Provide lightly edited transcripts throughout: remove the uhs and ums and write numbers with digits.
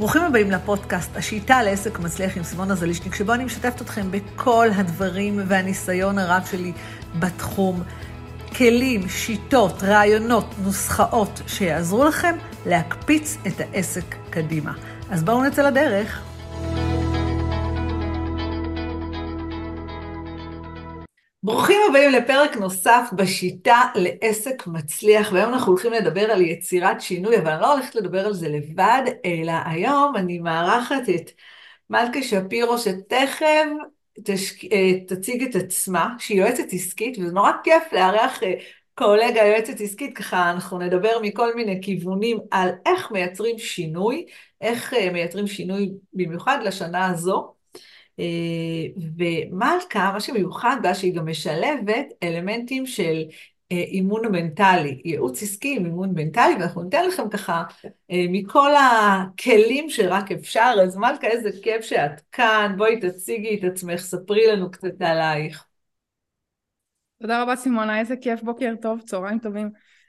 ברוכים הבאים לפודקאסט, השיטה לעסק מצליח עם סימונה זלישניק, שבו אני משתפת אתכם בכל הדברים והניסיון הרב שלי בתחום. כלים, שיטות, רעיונות, נוסחאות שיעזרו לכם להקפיץ את העסק קדימה. אז בואו נצא לדרך. ברוכים הבאים לפרק נוסף בשיטה לעסק מצליח, והיום אנחנו הולכים לדבר על יצירת שינוי, אבל אני לא הולכת לדבר על זה לבד, אלא היום אני מארחת את מלכה שפירו, שתכף תציג את עצמה, שהיא יועצת עסקית, וזה נורא כיף לארח קולגה יועצת עסקית, ככה אנחנו נדבר מכל מיני כיוונים על איך מייצרים שינוי, איך מייצרים שינוי במיוחד לשנה הזו, ומלכה, מה שמיוחד בה, שהיא גם משלבת אלמנטים של אימון מנטלי, ייעוץ עסקי עם אימון מנטלי, ואנחנו ניתן לכם ככה מכל הכלים שרק אפשר. אז מלכה, איזה כיף שאת כאן, בואי תציגי את עצמך, ספרי לנו קצת עלייך. תודה רבה סימונה, איזה כיף, בוקר טוב, צהריים טובים.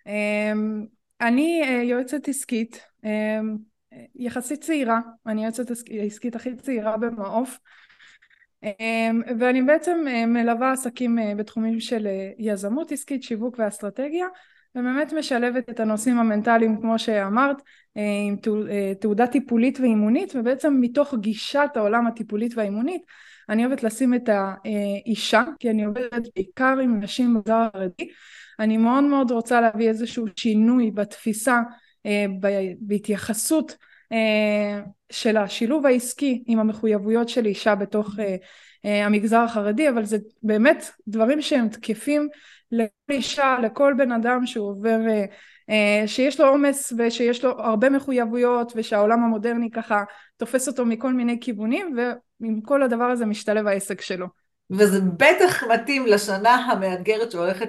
אני יועצת עסקית, יחסית צעירה, אני יועצת עסקית הכי צעירה במעוף, ואני בעצם מלווה עסקים בתחומים של יזמות עסקית, שיווק ואסטרטגיה, ובאמת משלבת את הנושאים המנטליים כמו שאמרת, עם תעודה טיפולית ואימונית, ובעצם מתוך גישת העולם הטיפולית והאימונית, אני אוהבת לשים את האישה, כי אני עובדת בעיקר עם נשים במגזר החרדי, אני מאוד מאוד רוצה להביא איזשהו שינוי בתפיסה, בהתייחסות של השילוב העסקי עם המחויבויות של אישה בתוך המגזר החרדי, אבל זה באמת דברים שהם תקפים לכל אישה, לכל בן אדם שהוא עובר, שיש לו עומס ושיש לו הרבה מחויבויות, ושהעולם המודרני ככה תופס אותו מכל מיני כיוונים, ועם כל הדבר הזה משתלב העסק שלו. וזה בטח מתאים לשנה המאתגרת שהולכת,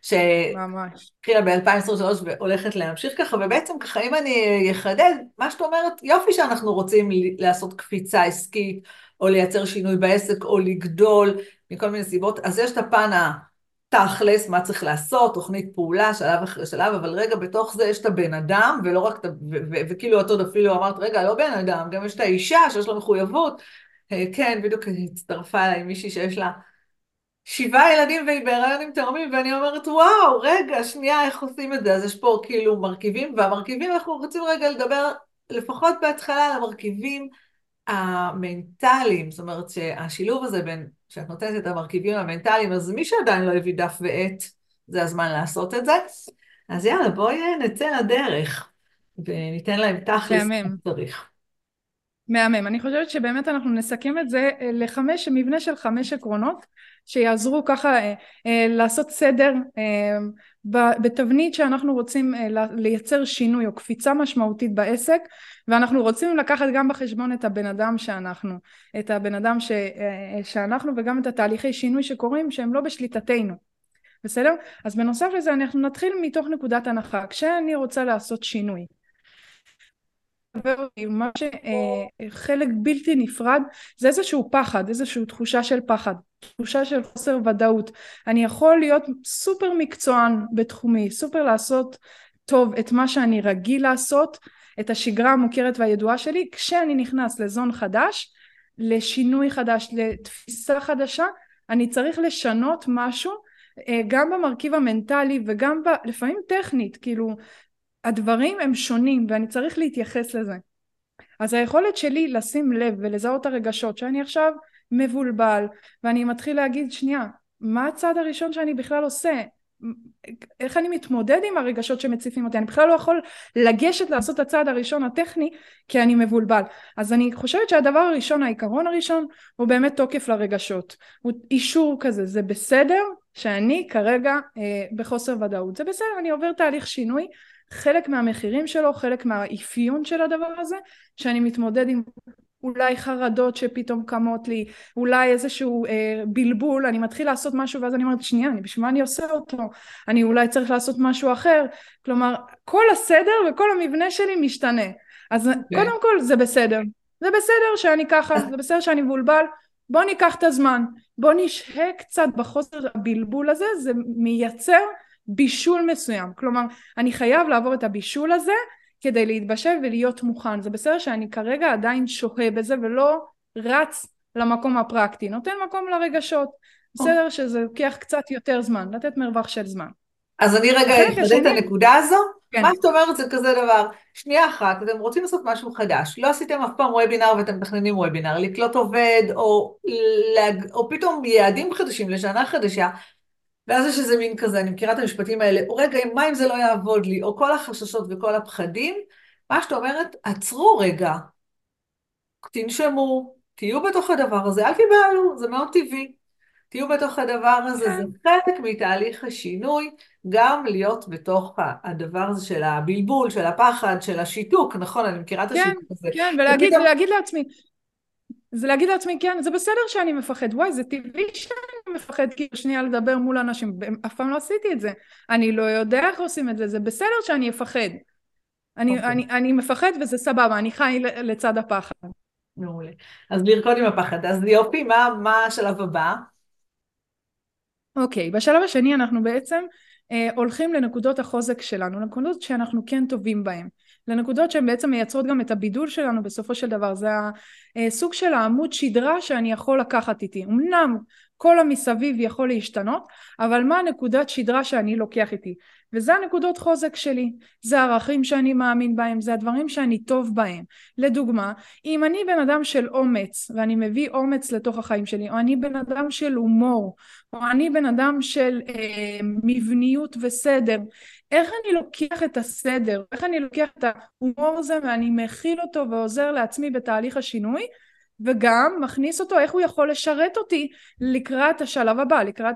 שהתחילה ב-2023 והולכת להמשיך ככה, ובעצם ככה אם אני אחדד, מה שאת אומרת, יופי שאנחנו רוצים לעשות קפיצה עסקית, או לייצר שינוי בעסק, או לגדול, מכל מיני סיבות, אז יש את הפן התכלס, מה צריך לעשות, תוכנית פעולה, שלב אחרי שלב, אבל רגע בתוך זה יש את הבן אדם, ולא רק, וכאילו את עוד אפילו אמרת, רגע, לא בן אדם, גם יש את האישה שיש לה מחויבות, כן, בדיוק הצטרפה אליי מישהי שיש לה 7 ילדים והיא בהיריון עם תאומים, ואני אומרת, וואו, רגע, שנייה, איך עושים את זה? אז יש פה כאילו מרכיבים, והמרכיבים אנחנו רוצים רגע לדבר, לפחות בהתחלה, על המרכיבים המנטליים, זאת אומרת שהשילוב הזה בין, שאת נותנת את המרכיבים המנטליים, אז מי שעדיין לא הביא דף ועט, זה הזמן לעשות את זה. אז יאללה, בואי נצא לדרך, וניתן להם תכלס מה צריך. מהמם, אני חושבת שבאמת אנחנו נסכם את זה מבנה של 5 עקרונות שיעזרו ככה לעשות סדר בתבנית שאנחנו רוצים לייצר שינוי או קפיצה משמעותית בעסק, ואנחנו רוצים לקחת גם בחשבון את הבן אדם שאנחנו, את הבן אדם שאנחנו וגם את התהליכי שינוי שקורים שהם לא בשליטתנו, בסדר? אז בנוסף לזה אנחנו נתחיל מתוך נקודת הנחה, כשאני רוצה לעשות שינוי מה שחלק בלתי נפרד זה איזשהו פחד, איזושהי תחושה של פחד, תחושה של חוסר ודאות. אני יכול להיות סופר מקצוען בתחומי, סופר לעשות טוב את מה שאני רגיל לעשות, את השגרה המוכרת והידועה שלי, כשאני נכנס לזון חדש, לשינוי חדש, לתפיסה חדשה, אני צריך לשנות משהו, גם במרכיב המנטלי וגם לפעמים טכנית, כאילו הדברים הם שונים ואני צריך להתייחס לזה. אז היכולת שלי לשים לב ולזהות הרגשות שאני עכשיו מבולבל, ואני מתחיל להגיד שנייה, מה הצעד הראשון שאני בכלל עושה? איך אני מתמודד עם הרגשות שמציפים אותי? אני בכלל לא יכול לגשת לעשות את הצעד הראשון הטכני כי אני מבולבל. אז אני חושבת שהדבר הראשון, העיקרון הראשון, הוא באמת תוקף לרגשות. הוא אישור כזה, זה בסדר שאני כרגע בחוסר ודאות. זה בסדר, אני עובר תהליך שינוי, חלק מהמחירים שלו, חלק מהאפיון של הדבר הזה, שאני מתמודד עם אולי חרדות שפתאום קמות לי, אולי איזשהו בלבול, אני מתחיל לעשות משהו ואז אני אומרת, שנייה, בשביל מה אני עושה אותו? אני אולי צריך לעשות משהו אחר, כלומר, כל הסדר וכל המבנה שלי משתנה. אז קודם כל זה בסדר, זה בסדר שאני ככה, זה בסדר שאני מבולבל, בוא ניקח את הזמן, בוא נשהה קצת בחוסר הבלבול הזה, זה מייצר בישול מסוים, כלומר אני חייב לעבור את הבישול הזה כדי להתבשל ולהיות מוכן. זה בסדר שאני כרגע עדיין שוהה בזה ולא רץ למקום הפרקטי, נותן מקום לרגשות. בסדר שזה לוקח קצת יותר זמן, לתת מרווח של זמן. אז אני רגע החלק אחדד את השני, הנקודה הזו. כן, מה שאת אומרת זה כזה דבר, שנייה אחת, אתם רוצים לעשות משהו חדש, לא עשיתם אף פעם וובינר ואתם מתכננים וובינר, לקלוט עובד, או פתאום יעדים חדשים לשנה חדשה, ואז יש איזה מין כזה, אני מכירה את המשפטים האלה, או רגע, מה אם זה לא יעבוד לי, או כל החששות וכל הפחדים, מה שאת אומרת, עצרו רגע, תנשמו, תהיו בתוך הדבר הזה, אל תיבהלו, זה מאוד טבעי. תהיו בתוך הדבר הזה, זה כן, חלק מתהליך השינוי, גם להיות בתוך הדבר הזה של הבלבול, של הפחד, של השיתוק, נכון, אני מכירה את כן, השיתוק הזה. כן, ופתאום, ולהגיד לעצמי, זה להגיד לעצמי, כן, זה בסדר שאני מפחד, וואי, זה טבעי שאני מפחד כאילו שנייה לדבר מול אנשים, אף פעם לא עשיתי את זה, אני לא יודע איך עושים את זה, זה בסדר שאני אפחד, אוקיי, אני מפחד וזה סבבה, אני חי לצד הפחד. מעולה. אז לרקוד עם הפחד. אז יופי, מה השלב הבא? אוקיי, בשלב השני אנחנו בעצם הולכים לנקודות החוזק שלנו, לנקודות שאנחנו כן טובים בהן, לנקודות שהן בעצם מייצרות גם את הבידול שלנו בסופו של דבר, זה הסוג של העמוד שדרה שאני יכול לקחת איתי, אמנם כל המסביב יכול להשתנות, אבל מה הנקודת שדרה שאני לוקח איתי, וזה הנקודות חוזק שלי, זה הערכים שאני מאמין בהם, זה הדברים שאני טוב בהם. לדוגמה, אם אני בן אדם של אומץ ואני מביא אומץ לתוך החיים שלי, או אני בן אדם של הומור, או אני בן אדם של מבניות וסדר, איך אני לוקח את הסדר, איך אני לוקח את ההומור הזה ואני מכיל אותו ועוזר לעצמי בתהליך השינוי, וגם מכניס אותו, איך הוא יכול לשרת אותי לקראת השלב הבא, לקראת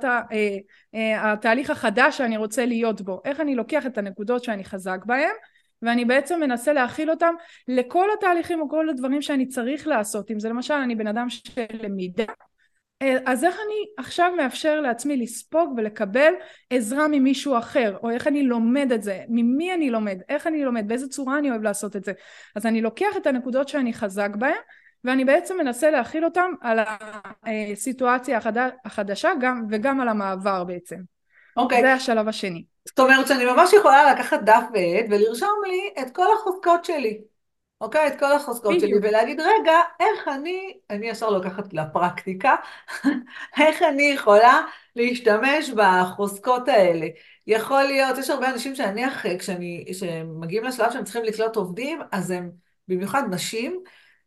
התהליך החדש שאני רוצה להיות בו, איך אני לוקח את הנקודות שאני חזק בהם, ואני בעצם מנסה להכיל אותם לכל התהליכים או כל הדברים שאני צריך לעשות, אם זה למשל אני בן אדם של למידה, אז איך אני עכשיו מאפשר לעצמי לספוג ולקבל עזרה ממישהו אחר, או איך אני לומד את זה, ממי אני לומד, איך אני לומד, באיזה צורה אני אוהב לעשות את זה. אז אני לוקח את הנקודות שאני חזק בהן, ואני בעצם מנסה להכיל אותם על הסיטואציה החדשה וגם על המעבר בעצם. אוקיי, זה השלב השני. זאת אומרת שאני ממש יכולה לקחת דף ועט ולרשום לי את כל החוזקות שלי. אוקיי? את כל החוזקות שלי, בדיוק. ולהגיד, רגע, איך אני ישר לוקחת לפרקטיקה, איך אני יכולה להשתמש בחוזקות האלה. יכול להיות, יש הרבה אנשים שנניח, כשמגיעים לשלב שהם צריכים לקלוט עובדים, אז הם, במיוחד נשים,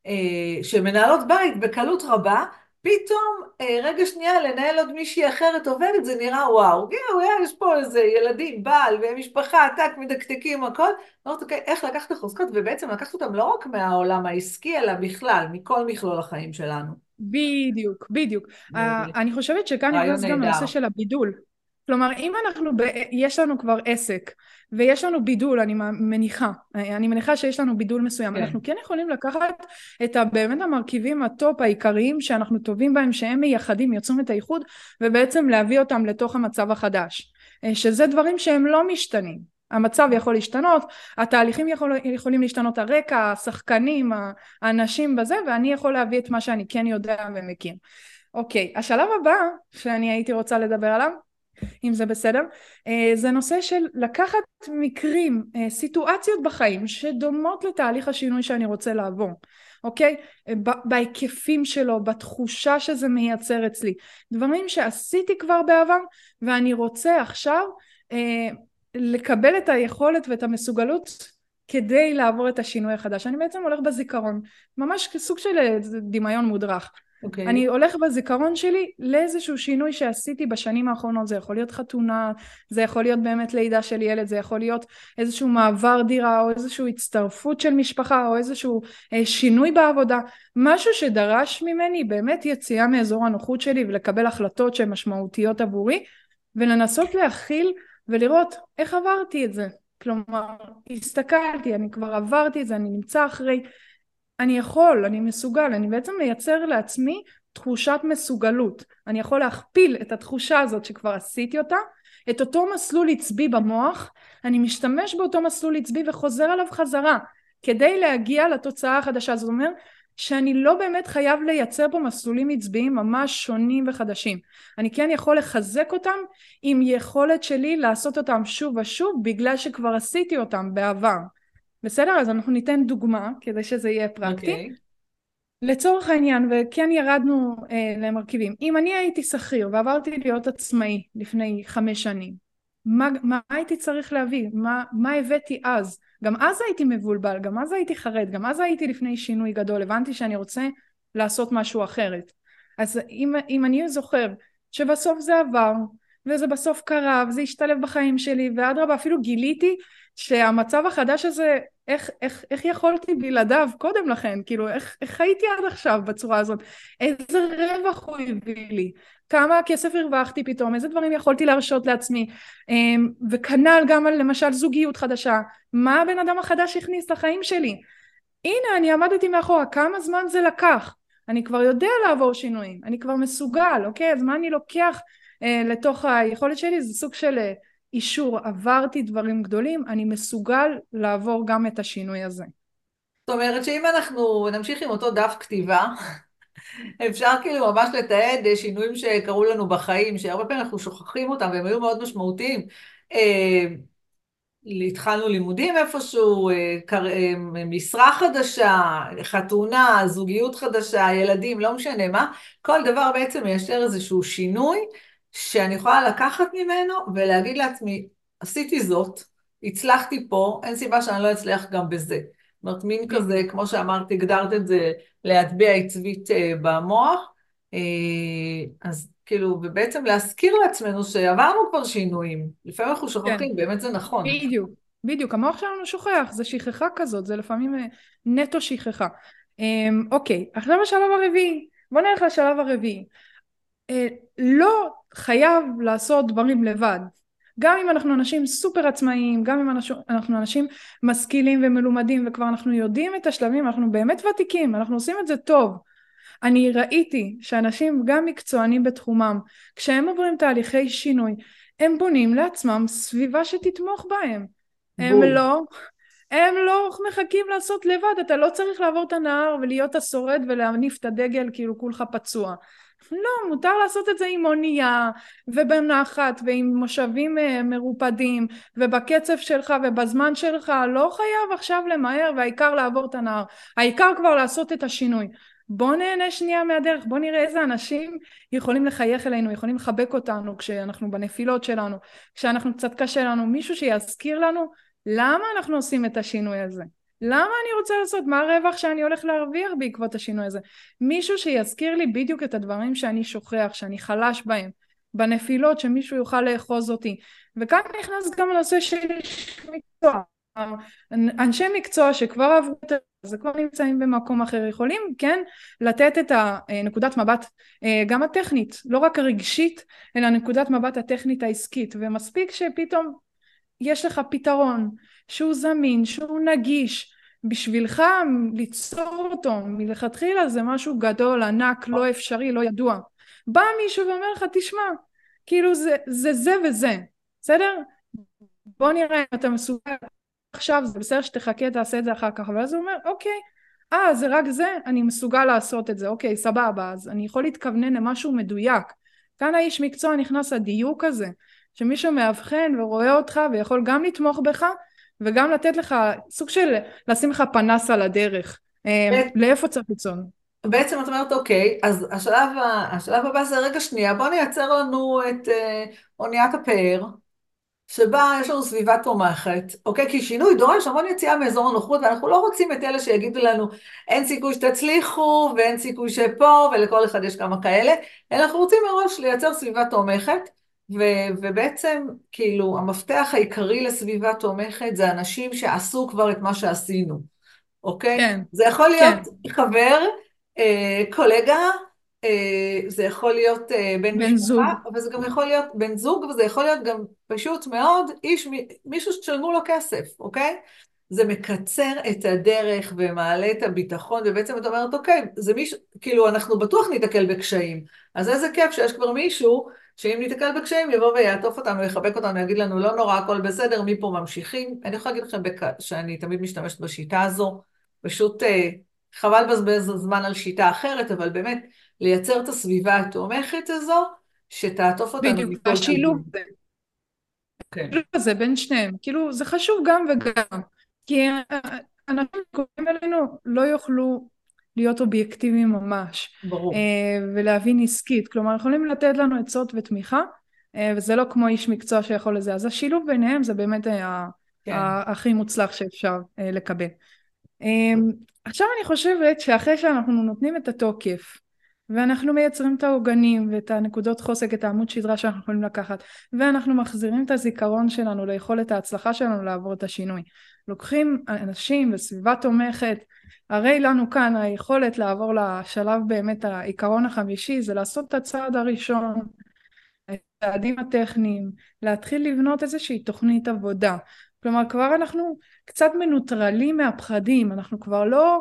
שמנהלות בית בקלות רבה, פתאום, רגע שנייה, לנהל עוד מישהי אחרת עובדת, זה נראה וואו, יש פה איזה ילדים, בעל ומשפחה, טק, מדקדקים, הכל. אומרת, אוקיי, איך לקחת חוזקות, ובעצם לקחת אותם לא רק מהעולם העסקי, אלא בכלל, מכל מכלול החיים שלנו. בדיוק, בדיוק. מעולה. אני חושבת שכאן רעיון נכנס גם נהדר. הנושא של הבידול. כלומר, אם יש לנו כבר עסק, ויש לנו בידול, אני מניחה שיש לנו בידול מסוים, כן. אנחנו כן יכולים לקחת את באמת המרכיבים הטופ העיקריים שאנחנו טובים בהם, שהם מייחדים, יוצרים את הייחוד, ובעצם להביא אותם לתוך המצב החדש. שזה דברים שהם לא משתנים. המצב יכול להשתנות, התהליכים יכולים להשתנות, הרקע, השחקנים, האנשים בזה, ואני יכול להביא את מה שאני כן יודע ומכיר. אוקיי, השלב הבא שאני הייתי רוצה לדבר עליו, אם זה בסדר, זה נושא של לקחת מקרים, סיטואציות בחיים שדומות לתהליך השינוי שאני רוצה לעבור, אוקיי? בהיקפים שלו, בתחושה שזה מייצר אצלי, דברים שעשיתי כבר בעבר ואני רוצה עכשיו לקבל את היכולת ואת המסוגלות כדי לעבור את השינוי החדש. אני בעצם הולך בזיכרון, ממש כסוג של דמיון מודרך. אוקיי. אני הולך בזיכרון שלי לאיזשהו שינוי שעשיתי בשנים האחרונות, זה יכול להיות חתונה, זה יכול להיות באמת לידה של ילד, זה יכול להיות איזשהו מעבר דירה, או איזשהו הצטרפות של משפחה, או איזשהו שינוי בעבודה, משהו שדרש ממני באמת יציאה מאזור הנוחות שלי, ולקבל החלטות שהן משמעותיות עבורי, ולנסות להכיל ולראות איך עברתי את זה. כלומר, הסתכלתי, אני כבר עברתי את זה, אני נמצא אחרי, אני מסוגל, אני בעצם מייצר לעצמי תחושת מסוגלות. אני יכול להכפיל את התחושה הזאת שכבר עשיתי אותה, את אותו מסלול עצבי במוח, אני משתמש באותו מסלול עצבי וחוזר עליו חזרה, כדי להגיע לתוצאה החדשה. זאת אומרת, שאני לא באמת חייב לייצר פה מסלולים עצביים ממש שונים וחדשים. אני כן יכול לחזק אותם עם יכולת שלי לעשות אותם שוב ושוב, בגלל שכבר עשיתי אותם בעבר. בסדר? אז אנחנו ניתן דוגמה כדי שזה יהיה פרקטי. אוקיי. לצורך העניין, וכן ירדנו למרכיבים, אם אני הייתי שכיר ועברתי להיות עצמאי לפני 5 שנים, מה הייתי צריך להביא? מה הבאתי אז? גם אז הייתי מבולבל, גם אז הייתי חרד, גם אז הייתי לפני שינוי גדול, הבנתי שאני רוצה לעשות משהו אחרת. אז אם אני זוכר שבסוף זה עבר, וזה בסוף קרה, וזה השתלב בחיים שלי, ואדרבה אפילו גיליתי שהמצב החדש הזה, איך יכולתי בלעדיו קודם לכן, כאילו איך הייתי עד עכשיו בצורה הזאת, איזה רווח הוא הביא לי, כמה כסף הרווחתי פתאום, איזה דברים יכולתי להרשות לעצמי, וכנ"ל גם על למשל זוגיות חדשה, מה הבן אדם החדש הכניס לחיים שלי, הנה אני עמדתי מאחורה, כמה זמן זה לקח, אני כבר יודע לעבור שינויים, אני כבר מסוגל, אוקיי, אז מה אני לוקח לתוך היכולת שלי, זה סוג של אישור, עברתי דברים גדולים, אני מסוגל לעבור גם את השינוי הזה. זאת אומרת שאם אנחנו נמשיך עם אותו דף כתיבה, אפשר כאילו ממש לתעד שינויים שקרו לנו בחיים, שהרבה פעמים אנחנו שוכחים אותם והם היו מאוד משמעותיים. התחלנו לימודים איפשהו, משרה חדשה, חתונה, זוגיות חדשה, ילדים, לא משנה מה, כל דבר בעצם מיישר איזשהו שינוי שאני יכולה לקחת ממנו ולהגיד לעצמי, עשיתי זאת, הצלחתי פה, אין סיבה שאני לא אצליח גם בזה. זאת אומרת, מין כזה, בדיוק. כמו שאמרתי, הגדרת את זה להטביע עצבית במוח, אז כאילו, ובעצם להזכיר לעצמנו שעברנו כבר שינויים, לפעמים אנחנו כן, שוכחים, באמת זה נכון. בדיוק, בדיוק, המוח שלנו שוכח, זה שכחה כזאת, זה לפעמים נטו שכחה. אוקיי, עכשיו השלב הרביעי, בוא נלך לשלב הרביעי. לא חייב לעשות דברים לבד. גם אם אנחנו אנשים סופר עצמאיים, גם אם אנחנו אנשים משכילים ומלומדים, וכבר אנחנו יודעים את השלבים, אנחנו באמת ותיקים, אנחנו עושים את זה טוב. אני ראיתי שאנשים גם מקצוענים בתחומם, כשהם עוברים תהליכי שינוי, הם בונים לעצמם סביבה שתתמוך בהם. הם בול. לא, הם לא מחכים לעשות לבד, אתה לא צריך לעבור את הנהר ולהיות השורד ולהניף את הדגל כאילו כולך פצוע. לא, מותר לעשות את זה עם אונייה ובנחת ועם מושבים מרופדים ובקצב שלך ובזמן שלך, לא חייב עכשיו למהר והעיקר לעבור את הנהר, העיקר כבר לעשות את השינוי. בוא נהנה שנייה מהדרך, בוא נראה איזה אנשים יכולים לחייך אלינו, יכולים לחבק אותנו כשאנחנו בנפילות שלנו, כשאנחנו קצת קשה לנו, מישהו שיזכיר לנו למה אנחנו עושים את השינוי הזה, למה אני רוצה לעשות, מה הרווח שאני הולך להרוויח בעקבות השינוי הזה, מישהו שיזכיר לי בדיוק את הדברים שאני שוכח, שאני חלש בהם, בנפילות, שמישהו יוכל לאחוז אותי. וכאן נכנס גם הנושא של מקצוע, אנשי מקצוע שכבר עברו את זה, כבר נמצאים במקום אחר, יכולים כן לתת את הנקודת מבט גם הטכנית, לא רק הרגשית, אלא נקודת מבט הטכנית העסקית, ומספיק שפתאום יש לך פתרון שהוא זמין, שהוא נגיש, בשבילך ליצור אותו מלכתחילה זה משהו גדול, ענק, לא אפשרי, לא ידוע. בא מישהו ואומר לך, תשמע, כאילו זה וזה, בסדר? בוא נראה אם אתה מסוגל עכשיו, זה בסדר שתחכה, תעשה את זה אחר כך, אבל אז הוא אומר, אוקיי, זה רק זה, אני מסוגל לעשות את זה, אוקיי, סבבה, אז אני יכול להתכוונן למשהו מדויק. כאן האיש מקצוע נכנס הדיוק הזה, שמישהו מאבחן ורואה אותך ויכול גם לתמוך בך, וגם לתת לך סוג של לשים לך פנס על הדרך, לאיפה צריך לצון. בעצם את אומרת, אוקיי, אז השלב הבא זה רגע שנייה, בוא נייצר לנו את אוניית הפאר, שבה יש לנו סביבה תומכת, אוקיי? כי שינוי דורש המון יציאה מאזור הנוחות, ואנחנו לא רוצים את אלה שיגידו לנו, אין סיכוי שתצליחו, ואין סיכוי שפה, ולכל אחד יש כמה כאלה, אלא אנחנו רוצים מראש לייצר סביבה תומכת, ובעצם, כאילו, המפתח העיקרי לסביבה תומכת, זה אנשים שעשו כבר את מה שעשינו, אוקיי? כן, זה יכול להיות כן, חבר, קולגה, זה יכול להיות בן בן משפחה, זוג, אבל זה גם יכול להיות בן זוג, וזה יכול להיות גם פשוט מאוד מישהו שתשלמו לו כסף, אוקיי? זה מקצר את הדרך ומעלה את הביטחון, ובעצם את אומרת, אוקיי, זה מישהו, כאילו, אנחנו בטוח ניתקל בקשיים, אז איזה כיף שיש כבר מישהו, שאם ניתקל בקשיים, יבוא ויעטוף אותנו, יחבק אותנו, יגיד לנו, לא נורא, הכל בסדר, מפה ממשיכים. אני יכולה להגיד לכם שאני תמיד משתמשת בשיטה הזו, פשוט חבל לבזבז זמן על שיטה אחרת, אבל באמת, לייצר את הסביבה התומכת הזו, שתעטוף אותנו בדיוק, מכל השילוב כיוון. כן. הזה בין שניהם, כאילו זה חשוב גם וגם. כי אנשים קוראים אלינו לא יוכלו להיות אובייקטיביים ממש, ברור. ולהבין עסקית, כלומר יכולים לתת לנו עצות ותמיכה, וזה לא כמו איש מקצוע שיכול לזה, אז השילוב ביניהם זה באמת כן. הכי מוצלח שאפשר לקבל. עכשיו אני חושבת שאחרי שאנחנו נותנים את התוקף ואנחנו מייצרים את העוגנים ואת הנקודות חוזק, את העמוד שדרה שאנחנו יכולים לקחת, ואנחנו מחזירים את הזיכרון שלנו ליכולת ההצלחה שלנו לעבור את השינוי, לוקחים אנשים וסביבה תומכת, הרי לנו כאן היכולת לעבור לשלב, באמת העיקרון החמישי זה לעשות את הצעד הראשון, הצעדים הטכניים, להתחיל לבנות איזושהי תוכנית עבודה. כלומר כבר אנחנו קצת מנוטרלים מהפחדים, אנחנו כבר לא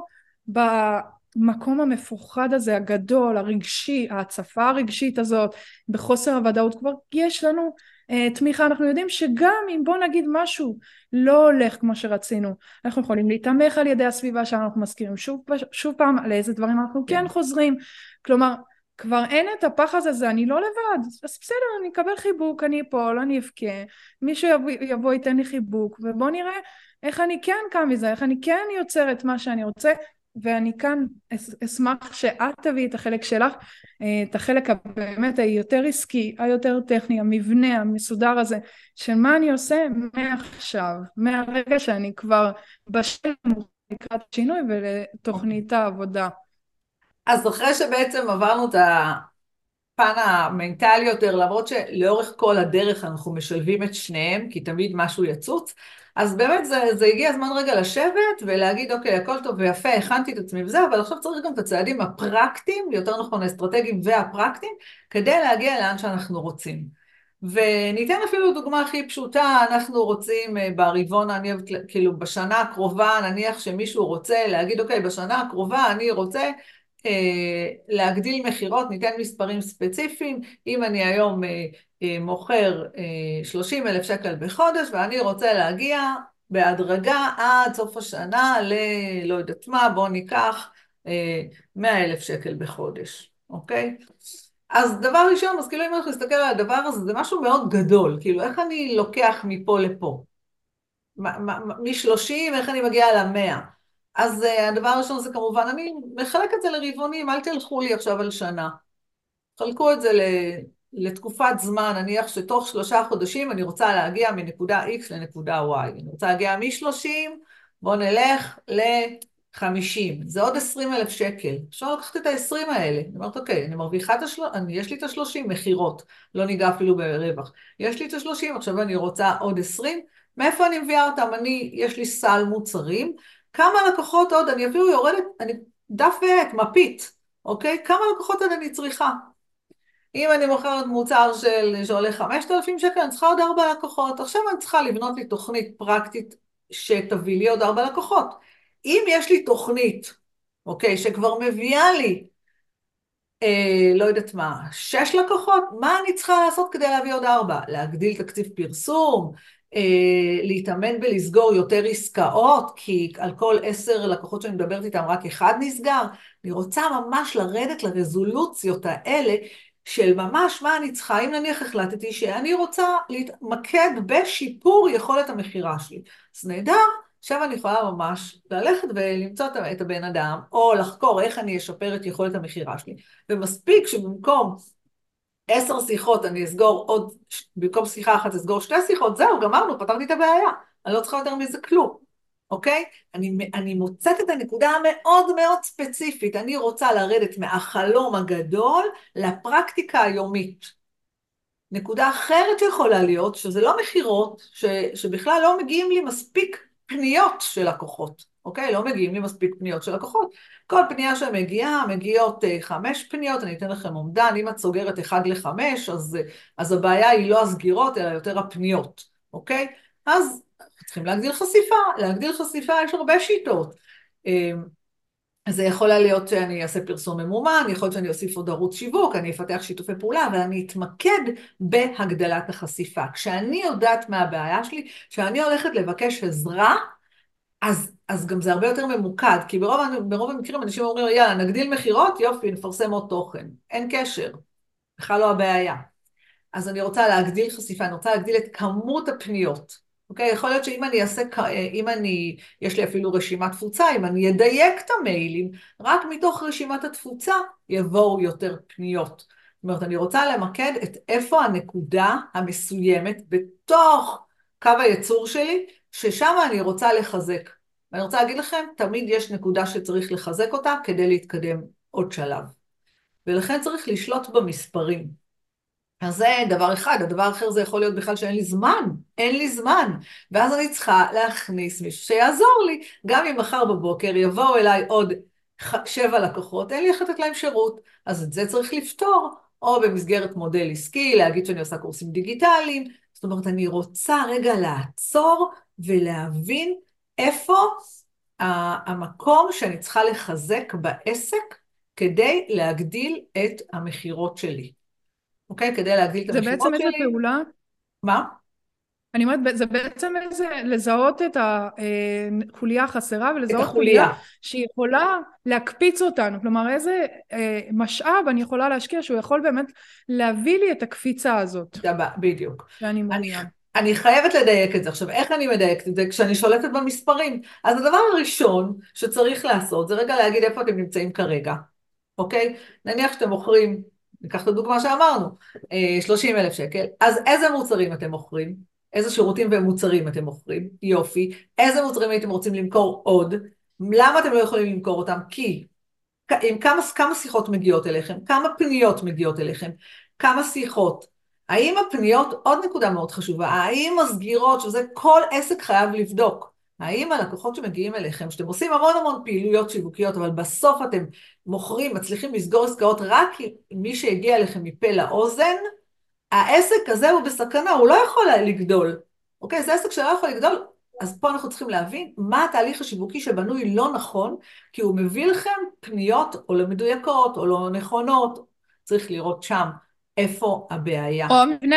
במקום המפוחד הזה הגדול, הרגשי, ההצפה הרגשית הזאת, בחוסר הוודאות, כבר יש לנו תמיכה, אנחנו יודעים שגם אם בוא נגיד משהו לא הולך כמו שרצינו, אנחנו יכולים להתמך על ידי הסביבה שלנו, אנחנו מזכירים שוב פעם על איזה דברים אנחנו כן כן. חוזרים, כלומר כבר אין את הפחד הזה, אני לא לבד, אז בסדר, אני אקבל חיבוק, אני אפול, אני אבכה, מישהו יבוא ייתן לי חיבוק, ובוא נראה איך אני כן קם מזה, איך אני כן יוצר את מה שאני רוצה, ואני כאן אשמח שאת תביאי את החלק שלך, את החלק באמת היותר עסקי, היותר טכני, המבנה, המסודר הזה, של מה אני עושה מעכשיו, מהרגע שאני כבר בשל לקראת שינוי אוקיי. ולתוכנית העבודה. אז אחרי שבעצם עברנו את הפן המנטלי יותר, למרות שלאורך כל הדרך אנחנו משלבים את שניהם, כי תמיד משהו יצוץ, אז באמת זה הגיע הזמן רגע לשבת ולהגיד, אוקיי, הכל טוב ויפה, הכנתי את עצמי וזה, אבל עכשיו צריך גם את הצעדים הפרקטיים, יותר נכון האסטרטגיים והפרקטיים, כדי להגיע לאן שאנחנו רוצים. וניתן אפילו דוגמה הכי פשוטה, אנחנו רוצים ברבעון, אני אוהבת, כאילו בשנה הקרובה, נניח שמישהו רוצה להגיד, אוקיי, בשנה הקרובה אני רוצה להגדיל מחירות, ניתן מספרים ספציפיים, אם אני היום מוכר 30,000 שקל בחודש, ואני רוצה להגיע בהדרגה עד סוף השנה לא יודעת מה, בואו ניקח 100,000 שקל בחודש, אוקיי? אז דבר ראשון, אז כאילו אם אנחנו נסתכל על הדבר הזה, זה משהו מאוד גדול, כאילו איך אני לוקח מפה לפה? מ-30, איך אני מגיעה ל-100? אז הדבר הראשון זה כמובן, אני מחלק את זה לרבעונים, אל תלכו לי עכשיו על שנה. חלקו את זה לתקופת זמן, נניח שתוך 3 חודשים אני רוצה להגיע מנקודה X לנקודה Y. אני רוצה להגיע מ-30, בואו נלך ל-50. זה עוד 20,000 שקל. אפשר לקחת את ה-20 האלה. אני אומרת, אוקיי, אני מרוויחה יש לי את ה-30 מחירות, לא ניגע אפילו ברווח. יש לי את ה-30, עכשיו אני רוצה עוד 20. מאיפה אני מביאה אותם? יש לי סל מוצרים. כמה לקוחות עוד? אני אפילו יורדת, דף ועט, מפית. אוקיי? כמה לקוחות עוד אני צריכה? אם אני מוכרת מוצר שעולה 5,000 שקל, אני צריכה עוד 4 לקוחות. עכשיו אני צריכה לבנות לי תוכנית פרקטית שתביא לי עוד 4 לקוחות. אם יש לי תוכנית, אוקיי, שכבר מביאה לי, לא יודעת מה, 6 לקוחות, מה אני צריכה לעשות כדי להביא עוד 4? להגדיל תקציב פרסום, להתאמן בלסגור יותר עסקאות, כי על כל 10 לקוחות שאני מדברת איתם רק אחד נסגר. אני רוצה ממש לרדת לרזולוציות האלה, של ממש מה אני צריכה, אם נניח החלטתי שאני רוצה להתמקד בשיפור יכולת המחירה שלי. אז נהדר, עכשיו אני יכולה ממש ללכת ולמצוא את הבן אדם, או לחקור איך אני אשפר את יכולת המחירה שלי. ומספיק שבמקום 10 שיחות אני אסגור עוד, במקום שיחה אחת אסגור 2 שיחות, זהו, גמרנו, פתרתי את הבעיה. אני לא צריכה יותר מזה כלום. אוקיי? אני מוצאת את הנקודה המאוד מאוד ספציפית. אני רוצה לרדת מהחלום הגדול לפרקטיקה היומית. נקודה אחרת יכולה להיות, שזה לא מחירות, שבכלל לא מגיעים לי מספיק פניות של לקוחות. אוקיי? לא מגיעים לי מספיק פניות של לקוחות. כל פנייה שמגיעה, מגיעות 5 פניות, אני אתן לכם אומדן, אם את סוגרת 1 ל-5, אז הבעיה היא לא הסגירות, אלא יותר הפניות. אוקיי? אז צריכים להגדיל חשיפה. להגדיל חשיפה יש הרבה שיטות. זה יכול להיות שאני אעשה פרסום ממומן, יכול להיות שאני אוסיף עוד ערוץ שיווק, אני אפתח שיתופי פעולה, ואני אתמקד בהגדלת החשיפה. כשאני יודעת מה הבעיה שלי, כשאני הולכת לבקש עזרה, אז גם זה הרבה יותר ממוקד, כי ברוב המקרים אנשים אומרים, יאללה, נגדיל מחירות, יופי, נפרסם עוד תוכן. אין קשר, בכלל לא הבעיה. אז אני רוצה להגדיל חשיפה, אני רוצה להגדיל את כמות הפניות. אוקיי? יכול להיות שאם אני יש לי אפילו רשימת תפוצה, אם אני אדייק את המיילים, רק מתוך רשימת התפוצה יבואו יותר פניות. זאת אומרת, אני רוצה למקד את איפה הנקודה המסוימת בתוך קו הייצור שלי, ששם אני רוצה לחזק. ואני רוצה להגיד לכם, תמיד יש נקודה שצריך לחזק אותה כדי להתקדם עוד שלב. ולכן צריך לשלוט במספרים. אז זה דבר אחד. הדבר האחר זה יכול להיות בכלל שאין לי זמן, אין לי זמן. ואז אני צריכה להכניס מישהו שיעזור לי. גם אם מחר בבוקר יבואו אליי עוד 7 לקוחות, אין לי איך לתת להם שירות. אז את זה צריך לפתור, או במסגרת מודל עסקי, להגיד שאני עושה קורסים דיגיטליים. זאת אומרת, אני רוצה רגע לעצור ולהבין איפה המקום שאני צריכה לחזק בעסק כדי להגדיל את המחירות שלי. אוקיי? כדי להגדיל את זה בעצם המחירות איזה שלי. פעולה? מה? אני אומרת, זה בעצם איזה, לזהות את החוליה החסרה את ולזהות חוליה החוליה. שיכולה להקפיץ אותנו, כלומר איזה משאב אני יכולה להשקיע שהוא יכול באמת להביא לי את הקפיצה הזאת בדיוק. שאני אני, מעוניין. אני חייבת לדייק את זה. עכשיו, איך אני מדייקת את זה? כשאני שולטת במספרים. אז הדבר הראשון שצריך לעשות זה רגע להגיד איפה אתם נמצאים כרגע. אוקיי? נניח שאתם מוכרים, ניקח את הדוגמה שאמרנו, 30,000 שקל, אז איזה מוצרים אתם מוכרים? איזה שירותים ומוצרים אתם מוכרים? יופי. איזה מוצרים הייתם רוצים למכור עוד? למה אתם לא יכולים למכור אותם? כי עם כמה שיחות מגיעות אליכם, כמה פניות מגיעות אליכם, כמה שיחות. האם הפניות, עוד נקודה מאוד חשובה, האם הסגירות, שזה כל עסק חייב לבדוק, האם הלקוחות שמגיעים אליכם, שאתם עושים המון המון פעילויות שיווקיות, אבל בסוף אתם מוכרים, מצליחים לסגור עסקאות רק מי שהגיע אליכם מפה לאוזן, העסק הזה הוא בסכנה, הוא לא יכול לגדול. אוקיי? זה עסק שלא יכול לגדול, אז פה אנחנו צריכים להבין מה התהליך השיווקי שבנוי לא נכון, כי הוא מביא לכם פניות או לא מדויקות או לא נכונות. צריך לראות שם איפה הבעיה.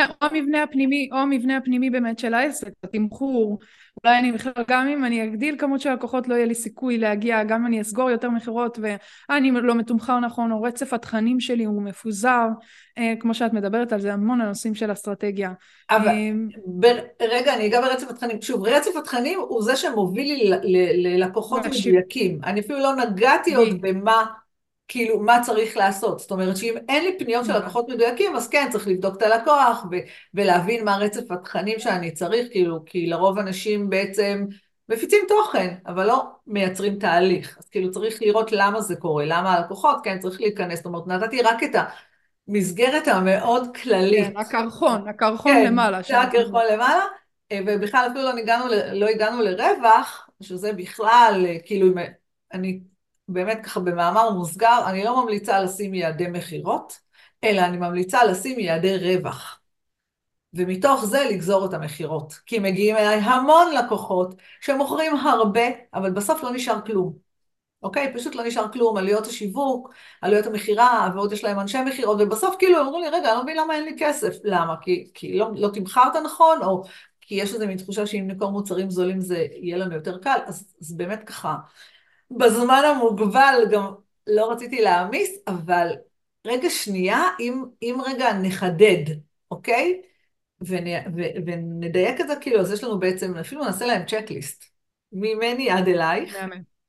או המבנה הפנימי באמת של העסק, התמחור, אולי אני בכלל, גם אם אני אגדיל כמות של לקוחות לא יהיה לי סיכוי להגיע, גם אם אני אסגור יותר מכירות ואני לא מתומחר נכון, או רצף התכנים שלי הוא מפוזר, כמו שאת מדברת על זה, המון הנושאים של אסטרטגיה. אבל רגע, אני אגע ברצף התכנים. שוב, רצף התכנים הוא זה שמוביל לי ללקוחות מדויקים. אני אפילו לא נגעתי עוד במה, כאילו, מה צריך לעשות. זאת אומרת שאם אין לי פניות של לקוחות מדויקים, אז כן, צריך לבדוק את הלקוח ולהבין מה רצף התכנים שאני צריך, כאילו, כי לרוב אנשים בעצם מפיצים תוכן, אבל לא מייצרים תהליך. אז כאילו צריך לראות למה זה קורה, למה הלקוחות, כן, צריך להיכנס. זאת אומרת, נתתי רק את המסגרת המאוד כן, כללית. הקרחון כן, למעלה זה שאנחנו... הקרחון למעלה, ובכלל אפילו לא הגענו לרווח, שזה בכלל, כאילו, אני באמת ככה במאמר מוסגר, אני לא ממליצה לשים יעדי מחירות, אלא אני ממליצה לשים יעדי רווח. ומתוך זה לגזור את המחירות. כי מגיעים אליי המון לקוחות שמוכרים הרבה, אבל בסוף לא נשאר כלום. אוקיי? פשוט לא נשאר כלום, עלויות השיווק, עלויות המחירה, ועוד יש להם אנשי מחירות, ובסוף כאילו אמרו לי, רגע, אני לא מבין למה אין לי כסף. למה? כי לא תמחרת נכון, או כי יש איזו מין תחושה שאם נקור מוצרים זולים זה יהיה לנו יותר קל, אז באמת ככה, בזמן המוגבל גם לא רציתי להעמיס, אבל רגע שנייה, אם רגע נחדד, אוקיי? ונדייק את זה, כאילו, אז יש לנו בעצם, אפילו נעשה להם צ'קליסט, ממני עד אלייך,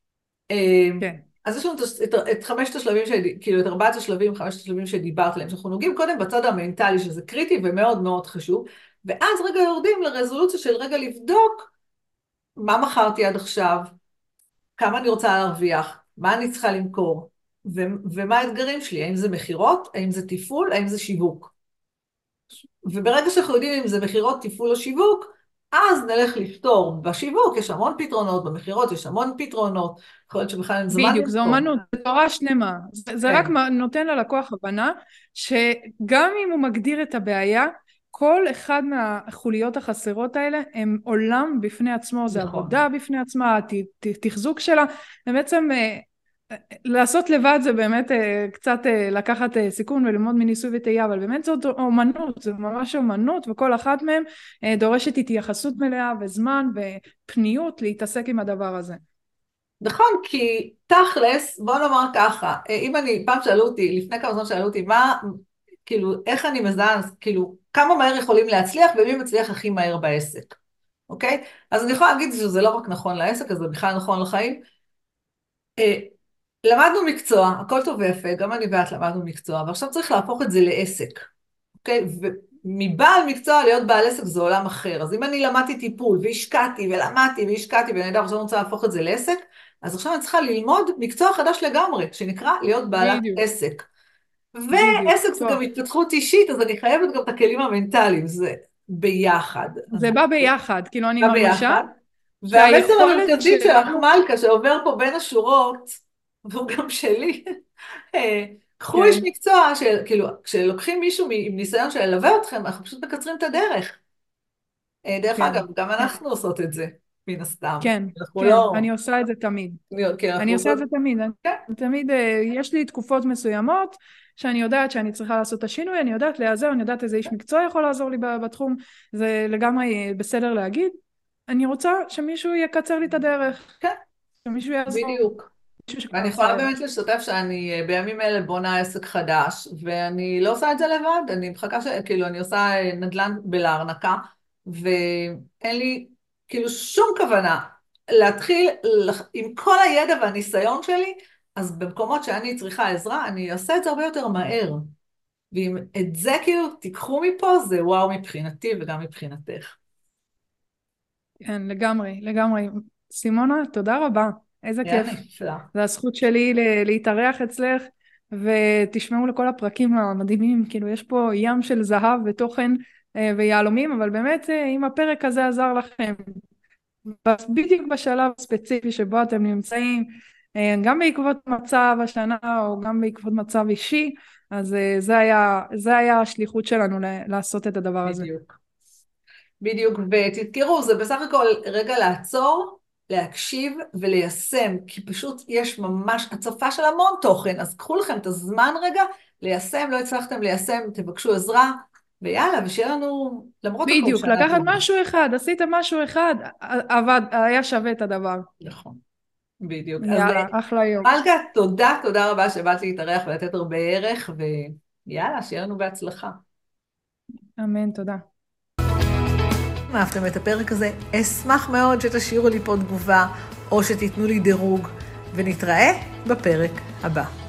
כן. אז יש לנו את 5 השלבים, כאילו את 4 השלבים, 5 השלבים שדיברת עליהם, שאנחנו נוגעים קודם בצד המנטלי, שזה קריטי ומאוד מאוד חשוב, ואז רגע יורדים לרזולוציה של רגע לבדוק מה מכרתי עד עכשיו, כמה אני רוצה להרוויח, מה אני צריכה למכור, ומה האתגרים שלי, האם זה מחירות, האם זה תפעול, האם זה שיווק. וברגע שאנחנו יודעים אם זה מחירות, תפעול או שיווק, אז נלך לפתור. בשיווק יש המון פתרונות, במחירות יש המון פתרונות, יכול להיות שבכלל אין זמן בדיוק, זה לפתור. אומנות, זה תורה שלמה. זה רק כן, נותן ללקוח הבנה שגם אם הוא מגדיר את הבעיה, כל אחד מהחוליות החסרות האלה הם עולם בפני עצמו, זה נכון. עבודה בפני עצמה, תחזוק שלה, ובעצם לעשות לבד זה באמת קצת לקחת סיכון וללמוד מניסוי וטעייה, אבל באמת זאת אומנות, זה ממש אומנות, וכל אחת מהן דורשת התייחסות מלאה וזמן ופניות להתעסק עם הדבר הזה. נכון, כי תכלס, בוא נאמר ככה, אם פעם שאלו אותי, לפני כמה זמן שאלו אותי, כאילו, איך אני מזהה, כאילו, כמה מהר יכולים להצליח ומי מצליח הכי מהר בעסק, אוקיי? אז אני יכולה להגיד שזה לא רק נכון לעסק, זה בכלל נכון לחיים. למדנו מקצוע, הכל טוב ויפה, גם אני ואת למדנו מקצוע, ועכשיו צריך להפוך את זה לעסק, אוקיי? ומבעל מקצוע להיות בעל עסק זה עולם אחר. אז אם אני למדתי טיפול, והשקעתי, ולמדתי, והשקעתי, ואני יודעת, עכשיו אני רוצה להפוך את זה לעסק, אז עכשיו אני צריכה ללמוד מקצוע חדש לגמרי, שנקרא להיות בעלת בדיוק, עסק. בדיוק, ועסק זה גם כוח. התפתחות אישית, אז אני חייבת גם את הכלים המנטליים, זה ביחד. אז זה בא ביחד, כאילו אני בא מרגישה ביחד. והמסר שהיכולת המרכזי שלך, שלנו, מלכה, שעובר פה בין השורות, והוא גם שלי, קחו איש כן, מקצוע, כאילו, כשלוקחים מישהו עם ניסיון שילווה אתכם, אנחנו פשוט מקצרים את הדרך. דרך כן, אגב, גם כן, אנחנו עושות את זה, מן הסתם. כן, אנחנו כן, לא, אני עושה את זה תמיד. כי אני אנחנו עושה את עושות, זה תמיד, כן, תמיד יש לי תקופות מסוימות שאני יודעת שאני צריכה לעשות את השינוי, אני יודעת להיעזר, אני יודעת איזה איש מקצוע יכול לעזור לי בתחום, זה לגמרי בסדר להגיד. אני רוצה שמישהו יקצר לי את הדרך, כן, שמישהו יעזור לי, בדיוק. מישהו שכבר ואני עשה יכולה את זה. באמת לשתף שאני בימים אלה בונה עסק חדש, ואני לא עושה את זה לבד, אני מחכה כאילו, אני עושה נדל"ן בלהרנקה, ואין לי כאילו שום כוונה להתחיל עם כל הידע והניסיון שלי, אז במקומות שאני צריכה עזרה, אני אעשה את זה הרבה יותר מהר. ואם את זה כאילו תיקחו מפה, זה וואו מבחינתי וגם מבחינתך. כן, לגמרי, לגמרי. סימונה, תודה רבה, איזה היה כיף. נפלא. זו הזכות שלי להתארח אצלך, ותשמעו לכל הפרקים המדהימים, כאילו יש פה ים של זהב ותוכן ויהלומים, אבל באמת אם הפרק הזה עזר לכם, בדיוק בשלב הספציפי שבו אתם נמצאים, גם בעקבות מצב השנה או גם בעקבות מצב אישי, אז זה היה השליחות שלנו לעשות את הדבר הזה. בדיוק. בדיוק, ותזכרו, זה בסך הכל רגע לעצור, להקשיב וליישם, כי פשוט יש ממש הצפה של המון תוכן, אז קחו לכם את הזמן רגע, ליישם, לא הצלחתם ליישם, תבקשו עזרה, ויאללה, ושיהיה לנו, למרות הכל, בדיוק, שנה לקחת טובה. משהו אחד, עשיתם משהו אחד, עבד, היה שווה את הדבר. נכון, בדיוק. אז יאללה, אחלה יום. מלכה, תודה, תודה רבה שבאת להתארח ולתת הרבה ערך, ויאללה, שיהיה לנו בהצלחה. אמן, תודה. אם אהבתם את הפרק הזה, אשמח מאוד שתשאירו לי פה תגובה, או שתיתנו לי דירוג, ונתראה בפרק הבא.